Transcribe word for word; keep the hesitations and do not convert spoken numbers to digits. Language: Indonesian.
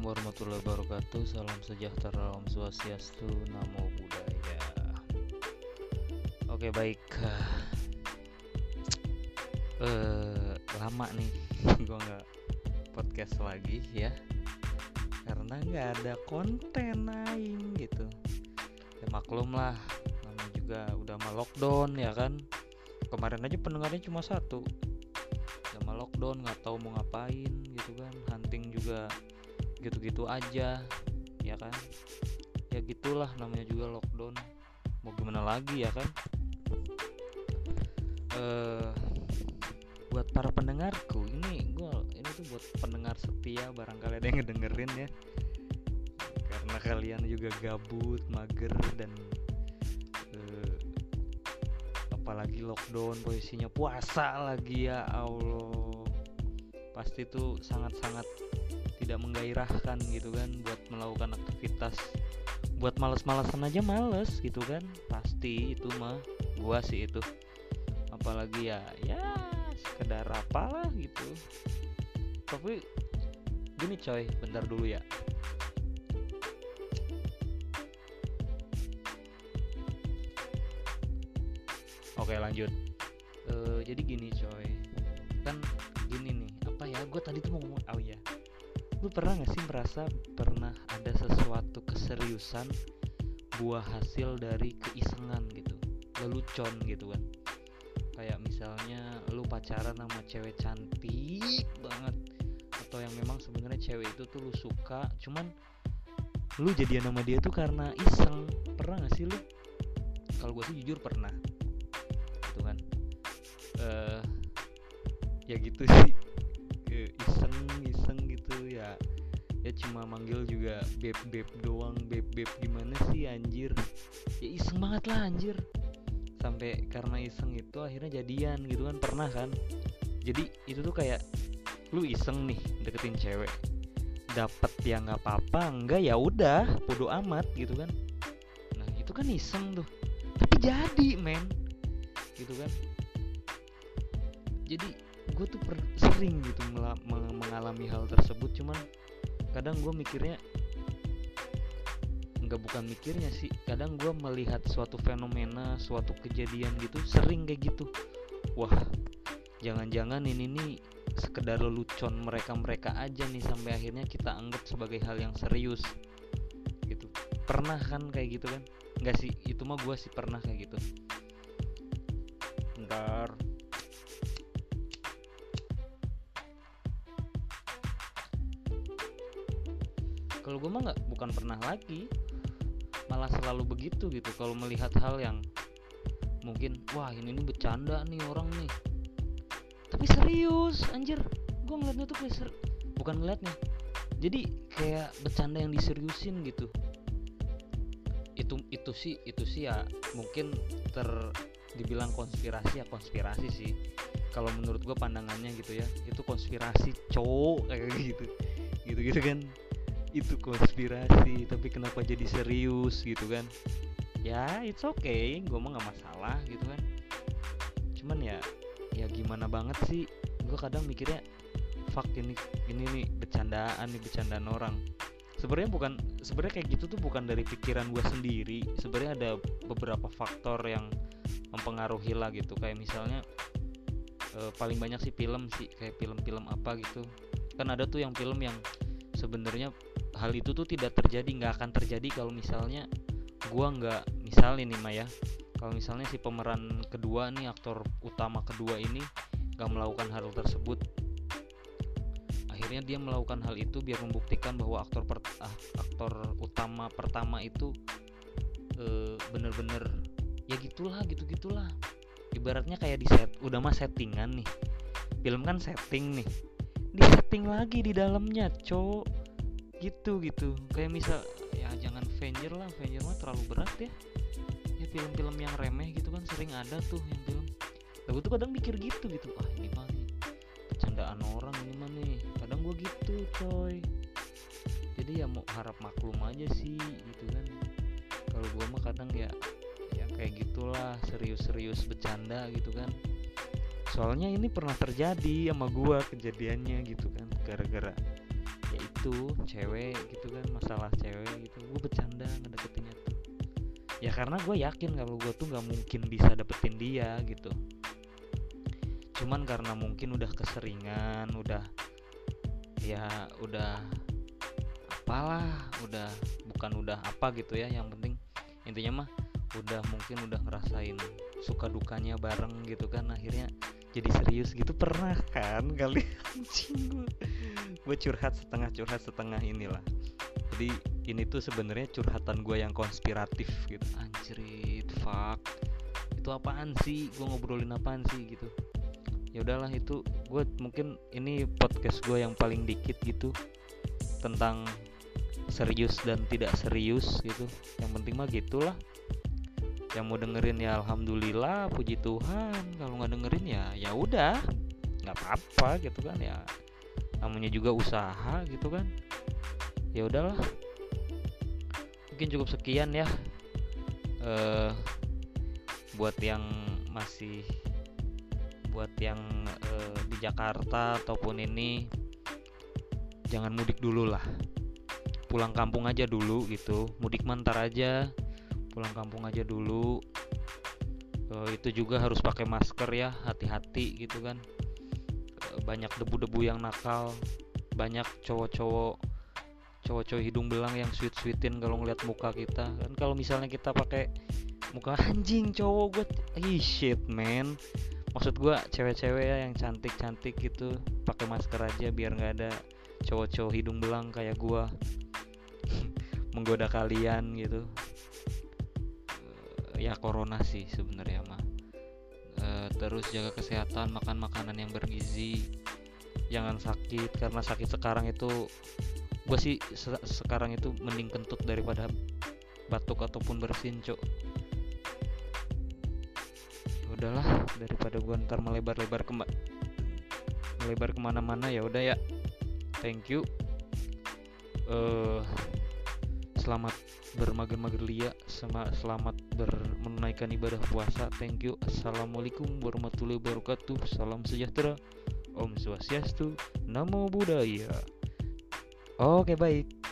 warahmatullahi wabarakatuh. Salam sejahtera, Om Swastiastu, Namo Buddhaya. Oke, baik. Eh, lama nih gue nggak podcast lagi ya, karena nggak ada konten aing gitu. Ya maklum lah, namanya juga udah mau lockdown ya kan. Kemarin aja pendengarnya cuma satu. Udah mau lockdown, nggak tahu mau ngapain gitu kan. Hunting juga gitu-gitu aja ya kan. Ya gitulah, namanya juga lockdown, mau gimana lagi ya kan. eh buat para pendengarku, ini gue ini tuh buat pendengar setia, barangkali ada yang ngedengerin ya, karena kalian juga gabut, mager, dan eh, apalagi lockdown, posisinya puasa lagi, ya Allah, pasti tuh sangat-sangat tidak menggairahkan gitu kan buat melakukan aktivitas. Buat males-malesan aja males gitu kan, pasti itu mah gua sih itu. Apalagi ya ya sekedar apalah gitu. Tapi gini coy, bentar dulu ya. Oke, lanjut. E, jadi gini coy, kan gini nih, apa ya, gue tadi tuh mau ngomong, oh ya, lu pernah gak sih merasa pernah ada sesuatu keseriusan buah hasil dari keisengan gitu, lelucon gitu kan. Kayak misalnya lu pacaran sama cewek cantik banget, atau yang memang sebenarnya cewek itu tuh lu suka, cuman lu jadian sama dia tuh karena iseng. Pernah gak sih lu? Kalau gue sih jujur pernah gitu kan. uh, ya gitu sih, iseng iseng gitu ya. Ya cuma manggil juga beb beb doang, beb beb gimana sih anjir, ya iseng banget lah anjir. Sampai karena iseng itu akhirnya jadian gitu kan. Pernah kan? Jadi itu tuh kayak lu iseng nih deketin cewek, dapet ya nggak apa-apa, enggak ya udah bodo amat gitu kan. Nah itu kan iseng tuh, tapi jadi men gitu kan. Jadi gue tuh per- sering gitu mela- mengalami hal tersebut. Cuman kadang gue mikirnya, nggak, bukan mikirnya sih, kadang gue melihat suatu fenomena, suatu kejadian gitu, sering kayak gitu. Wah, jangan-jangan ini nih sekedar lelucon mereka-mereka aja nih, sampai akhirnya kita anggap sebagai hal yang serius gitu. Pernah kan kayak gitu kan? Nggak sih, itu mah gue sih pernah kayak gitu. Bentar. Kalau gue mah nggak, bukan pernah lagi, malah selalu begitu gitu. Kalau melihat hal yang mungkin wah ini nih bercanda nih orang nih, tapi serius anjir, gue ngeliatnya tuh kayak ser- bukan ngeliatnya, jadi kayak bercanda yang diseriusin gitu. Itu itu sih itu sih ya mungkin ter dibilang konspirasi, ya konspirasi sih. Kalau menurut gue pandangannya gitu ya, itu konspirasi cowok kayak gitu, gitu-gitu kan. Itu konspirasi, tapi kenapa jadi serius gitu kan. Ya it's okay, gue mah gak masalah gitu kan. Cuman ya ya gimana banget sih, gue kadang mikirnya fuck, ini ini nih bercandaan nih, bercandaan orang. Sebenarnya bukan, sebenarnya kayak gitu tuh bukan dari pikiran gue sendiri. Sebenarnya ada beberapa faktor yang mempengaruhi lah gitu. Kayak misalnya e, paling banyak sih film sih, kayak film-film apa gitu kan. Ada tuh yang film yang sebenarnya hal itu tuh tidak terjadi, nggak akan terjadi kalau misalnya gua nggak, misal ini mah ya, kalau misalnya si pemeran kedua nih, aktor utama kedua ini nggak melakukan hal tersebut, akhirnya dia melakukan hal itu biar membuktikan bahwa aktor per, ah, aktor utama pertama itu e, bener-bener ya gitulah, gitu-gitulah. Ibaratnya kayak di set, udah mah settingan nih, film kan setting nih, di setting lagi di dalamnya cowok gitu gitu. Kayak misal ya jangan Avenger lah, Avenger mah terlalu berat ya. Ya film-film yang remeh gitu kan sering ada tuh yang film. Aku tuh kadang mikir gitu gitu, ah ini mah nih bercandaan orang, ini mah nih. Kadang gue gitu coy. Jadi ya mau harap maklum aja sih gitu kan. Kalau gue mah kadang ya ya kayak gitulah, serius-serius bercanda gitu kan. Soalnya ini pernah terjadi sama gue kejadiannya gitu kan, gara-gara ya itu cewek gitu kan, masalah cewek gitu. Gue bercanda ngedeketinnya tuh ya karena gue yakin kalau gue tuh nggak mungkin bisa dapetin dia gitu. Cuman karena mungkin udah keseringan, udah ya udah apalah, udah bukan udah apa gitu ya, yang penting intinya mah udah mungkin udah ngerasain suka dukanya bareng gitu kan, akhirnya jadi serius gitu. Pernah kan kali anjing gue gue curhat setengah curhat setengah inilah. Jadi ini tuh sebenarnya curhatan gue yang konspiratif gitu. Anjrit, fuck, itu apaan sih, gue ngobrolin apaan sih gitu. Ya udahlah, itu gue mungkin ini podcast gue yang paling dikit gitu tentang serius dan tidak serius gitu. Yang penting mah gitulah. Yang mau dengerin ya alhamdulillah, puji Tuhan. Kalau nggak dengerin ya ya udah, nggak apa-apa gitu kan ya. Namanya juga usaha gitu kan. Ya udahlah. Mungkin cukup sekian ya. Eh, buat yang masih buat yang eh, di Jakarta ataupun ini, jangan mudik dulu lah. Pulang kampung aja dulu gitu. Mudik mantar aja. Pulang kampung aja dulu. E, itu juga harus pakai masker ya, hati-hati gitu kan. E, banyak debu-debu yang nakal, banyak cowok-cowok cowok-cowok hidung belang yang sweet-sweetin kalau ngeliat muka kita kan. Kalau misalnya kita pakai muka anjing cowok, gue ih shit man, maksud gue cewek-cewek ya yang cantik-cantik gitu, pakai masker aja biar nggak ada cowok-cowok hidung belang kayak gue menggoda kalian gitu. Ya corona sih sebenarnya mah. E, terus jaga kesehatan, makan makanan yang bergizi, jangan sakit, karena sakit sekarang itu gue sih se- sekarang itu mending kentut daripada batuk ataupun bersin cok. Ya udahlah, daripada gue ntar melebar-lebar kema- melebar kemana-mana, ya udah ya, thank you. Uh, selamat bermager-mager lia, sama selamat ber- menunaikan ibadah puasa. Thank you. Assalamualaikum warahmatullahi wabarakatuh. Salam sejahtera. Om Swastiastu. Namo Buddhaya. Oke, baik.